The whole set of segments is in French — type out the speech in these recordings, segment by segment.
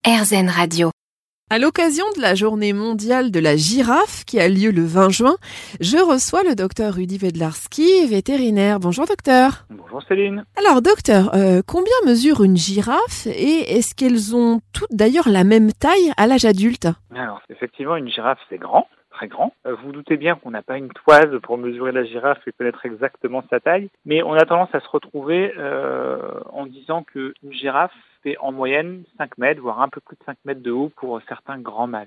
RZN Radio. À l'occasion de la journée mondiale de la girafe qui a lieu le 20 juin, je reçois le docteur Rudy Wedlarski, vétérinaire. Bonjour docteur. Bonjour Céline. Alors docteur, combien mesure une girafe et est-ce qu'elles ont toutes d'ailleurs la même taille à l'âge adulte ? Alors effectivement, une girafe c'est grand. Très grand. Vous vous doutez bien qu'on n'a pas une toise pour mesurer la girafe et connaître exactement sa taille, mais on a tendance à se retrouver en disant qu'une girafe fait en moyenne 5 mètres, voire un peu plus de 5 mètres de haut pour certains grands mâles.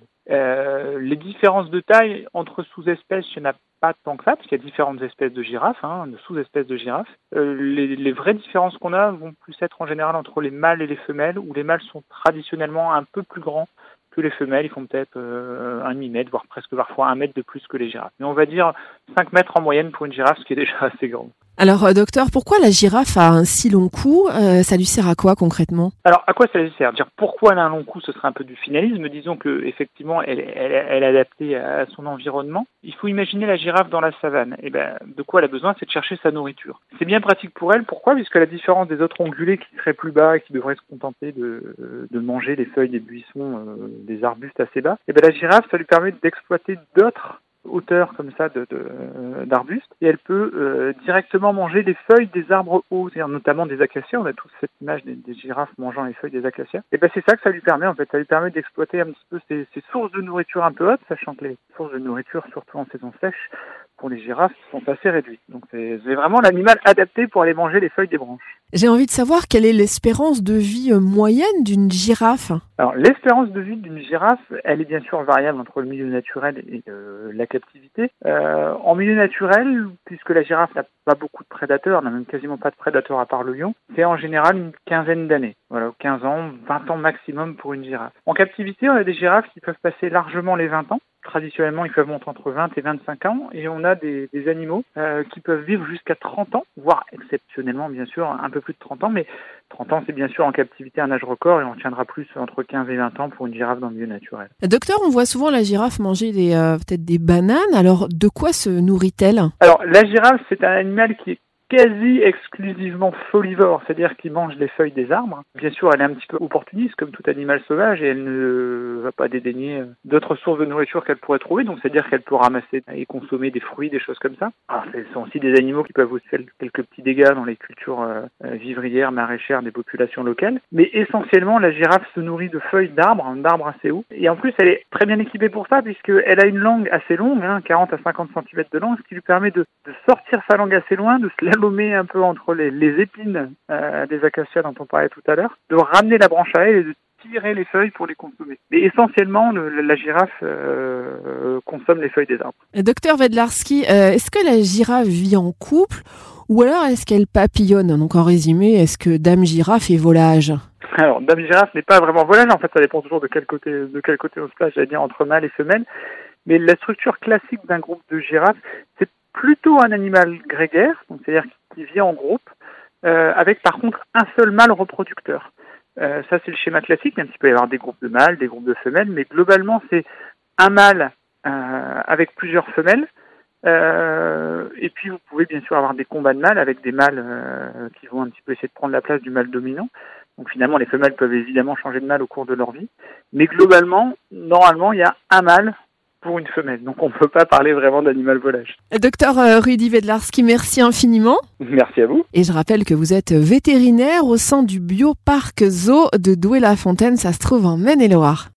Les différences de taille entre sous-espèces, il n'y en a pas tant que ça, parce qu'il y a différentes espèces de girafes, de sous-espèces de girafes. Les vraies différences qu'on a vont plus être en général entre les mâles et les femelles, où les mâles sont traditionnellement un peu plus grands que les femelles, ils font peut-être un demi-mètre, voire presque parfois 1 mètre de plus que les girafes. Mais on va dire 5 mètres en moyenne pour une girafe, ce qui est déjà assez grand. Alors docteur, pourquoi la girafe a un si long cou ? Ça lui sert à quoi concrètement ? Alors à quoi ça lui sert ? Dire pourquoi elle a un long cou, ce serait un peu du finalisme. Disons que effectivement elle est adaptée à son environnement. Il faut imaginer la girafe dans la savane. Et de quoi elle a besoin, c'est de chercher sa nourriture. C'est bien pratique pour elle. Pourquoi ? Puisque à la différence des autres ongulés qui seraient plus bas et qui devraient se contenter de manger les feuilles des buissons, des arbustes assez bas, la girafe, ça lui permet d'exploiter d'autres hauteurs comme ça d'arbustes et elle peut directement manger des feuilles des arbres hauts, c'est-à-dire notamment des acacias. On a tous cette image des girafes mangeant les feuilles des acacias. Et c'est ça que ça lui permet en fait. Ça lui permet d'exploiter un petit peu ces sources de nourriture un peu hautes, sachant que les sources de nourriture, surtout en saison sèche, pour les girafes, sont assez réduites. Donc c'est vraiment l'animal adapté pour aller manger les feuilles des branches. J'ai envie de savoir quelle est l'espérance de vie moyenne d'une girafe. Alors l'espérance de vie d'une girafe, elle est bien sûr variable entre le milieu naturel et la captivité. En milieu naturel, puisque la girafe n'a pas beaucoup de prédateurs, n'a même quasiment pas de prédateurs à part le lion, c'est en général une quinzaine d'années. Voilà, 15 ans, 20 ans maximum pour une girafe. En captivité, on a des girafes qui peuvent passer largement les 20 ans. Traditionnellement, ils peuvent monter entre 20 et 25 ans et on a des animaux qui peuvent vivre jusqu'à 30 ans, voire exceptionnellement, bien sûr, un peu plus de 30 ans, mais 30 ans, c'est bien sûr en captivité un âge record et on tiendra plus entre 15 et 20 ans pour une girafe dans le milieu naturel. Docteur, on voit souvent la girafe manger peut-être des bananes, alors de quoi se nourrit-elle ? Alors, la girafe, c'est un animal qui est quasi exclusivement folivore, c'est-à-dire qu'il mange les feuilles des arbres. Bien sûr, elle est un petit peu opportuniste comme tout animal sauvage et elle ne va pas dédaigner d'autres sources de nourriture qu'elle pourrait trouver, donc c'est-à-dire qu'elle peut ramasser et consommer des fruits, des choses comme ça. Alors, ce sont aussi des animaux qui peuvent aussi faire quelques petits dégâts dans les cultures vivrières, maraîchères des populations locales, mais essentiellement la girafe se nourrit de feuilles d'arbres assez hauts, et en plus elle est très bien équipée pour ça puisqu'elle a une langue assez longue, 40 à 50 cm de langue, ce qui lui permet de sortir sa langue assez loin, de se un peu entre les épines des acacias dont on parlait tout à l'heure, de ramener la branche à elle et de tirer les feuilles pour les consommer. Mais essentiellement, la girafe consomme les feuilles des arbres. Docteur Wedlarski, est-ce que la girafe vit en couple ou alors est-ce qu'elle papillonne ? Donc en résumé, est-ce que Dame Girafe est volage ? Alors, Dame Girafe n'est pas vraiment volage, en fait ça dépend toujours de quel côté on se place, j'allais dire entre mâles et femelles. Mais la structure classique d'un groupe de girafes, c'est plutôt un animal grégaire, donc c'est-à-dire qui vit en groupe, avec par contre un seul mâle reproducteur. Ça c'est le schéma classique, même s'il peut y avoir des groupes de mâles, des groupes de femelles, mais globalement c'est un mâle avec plusieurs femelles, et puis vous pouvez bien sûr avoir des combats de mâles avec des mâles qui vont un petit peu essayer de prendre la place du mâle dominant. Donc finalement les femelles peuvent évidemment changer de mâle au cours de leur vie, mais globalement, normalement il y a un mâle pour une femelle. Donc on ne peut pas parler vraiment d'animal volage. Docteur Rudy Wedlarski, merci infiniment. Merci à vous. Et je rappelle que vous êtes vétérinaire au sein du Bioparc Zoo de Douai-la-Fontaine. Ça se trouve en Maine-et-Loire.